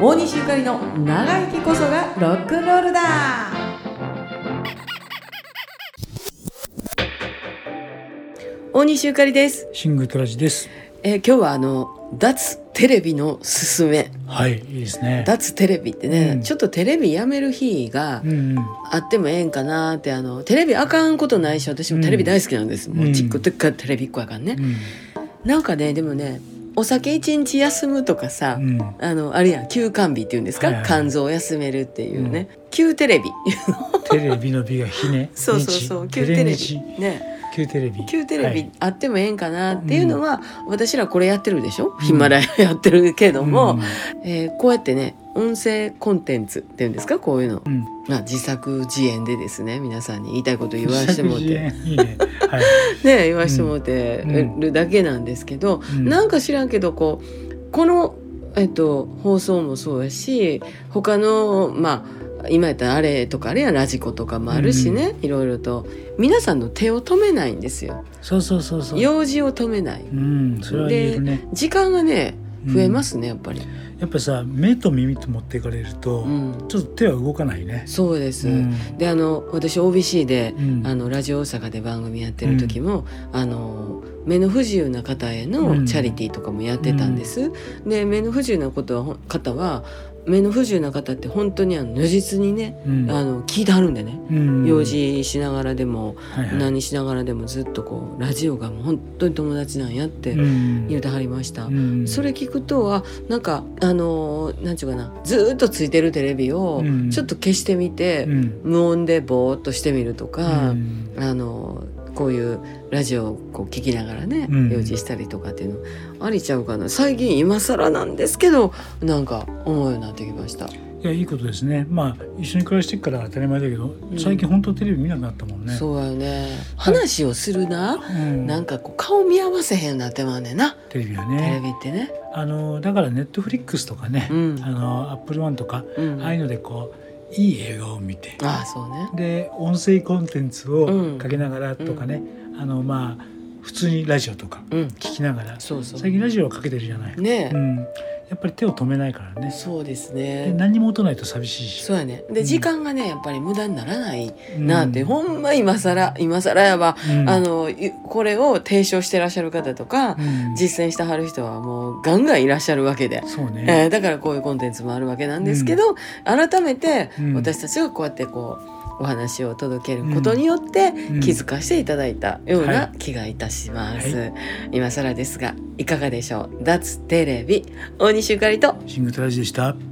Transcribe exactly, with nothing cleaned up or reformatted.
大西ゆかりの長生きこそがロックンロールだ。大西ゆかりです。 シングトラジです。 えー、今日はあの脱テレビのすすめ。 はい、いいですね。 脱テレビってね、 うん、 ちょっとテレビやめる日がうんうん、 あってもええんかなって。あのテレビあかんことないし、私もテレビ大好きなんです、うん、もうちっこてっからテレビっ子やからね、うん、なんかね、でもね、お酒一日休むとかさ、うん、あのあれやん、休肝日っていうんですか、はいはい、肝臓を休めるっていうね、うん、休テレビテレビの美がひねそうそうそう、休テレビね、旧テレビ旧テレビあってもええんかなっていうのは、はい、私らこれやってるでしょ、ヒマラヤやってるけども、うん、えー、こうやってね、音声コンテンツっていうんですか、こういうの、うん、まあ、自作自演でですね、皆さんに言いたいこと言わしてもらっていいね、はい、ね、言わしてもらってるだけなんですけど、うん、なんか知らんけど、こうこの、えっと、放送もそうやし、他のまあ今やったらあれとかあれやラジコとかもあるしね、うん、いろいろと皆さんの手を止めないんですよ。 そうそうそうそう、 用事を止めない、うん、それは言えるね。で時間がね増えますね、やっぱり。 やっぱさ、目と耳と持っていかれると、うん、ちょっと手は動かないね。 そうです、うん、であの私 オービーシー で、うん、あのラジオ大阪で番組やってる時も、うん、あの目の不自由な方へのチャリティーとかもやってたんです、うん、で目の不自由なことは方は目の不自由な方って本当にあの如実にね、うん、あの聞いてはるんでね、うん、用事しながらでも、はいはい、何しながらでもずっとこうラジオがもう本当に友達なんやって言うてはりました、うん、それ聞くとはなんかあのなんちゅうかな、ずっとついてるテレビをちょっと消してみて、うん、無音でぼーっとしてみるとか、うん、あのこういうラジオをこう聞きながらね、うん、用事したりとかっていうのありちゃうかな。最近今更なんですけど、なんか思うようになってきました。 いや、いいことですね。まあ一緒に暮らしてから当たり前だけど、うん、最近本当テレビ見なくなったもんね。 そうやね。話をするな、はい、うん、なんかこう顔見合わせへんなってまうねんな、 テレビはね。 テレビってね、 あのだからネットフリックスとかね、うん、あのアップルワンとか、うん、ああいうのでこういい映画を見て、 ああそうね、 で音声コンテンツをかけながらとかね、うん、あのまあ普通にラジオとか聞きながら、うん、そうそう、最近ラジオをかけてるじゃないね、うん、やっぱり手を止めないからね。 そうですね。 で何も音ないと寂しいし。 そうやね。で、うん、時間がねやっぱり無駄にならないなって、うん、ほんま今更今更やば、うん、あのこれを提唱してらっしゃる方とか、うん、実践してはる人はもうガンガンいらっしゃるわけで、そうね、えー、だからこういうコンテンツもあるわけなんですけど、うん、改めて私たちがこうやってこうお話を届けることによって気づかせていただいたような気がいたします、はいはい、今更ですがいかがでしょう。脱テレビ、大西ゆかりとシングトラジでした。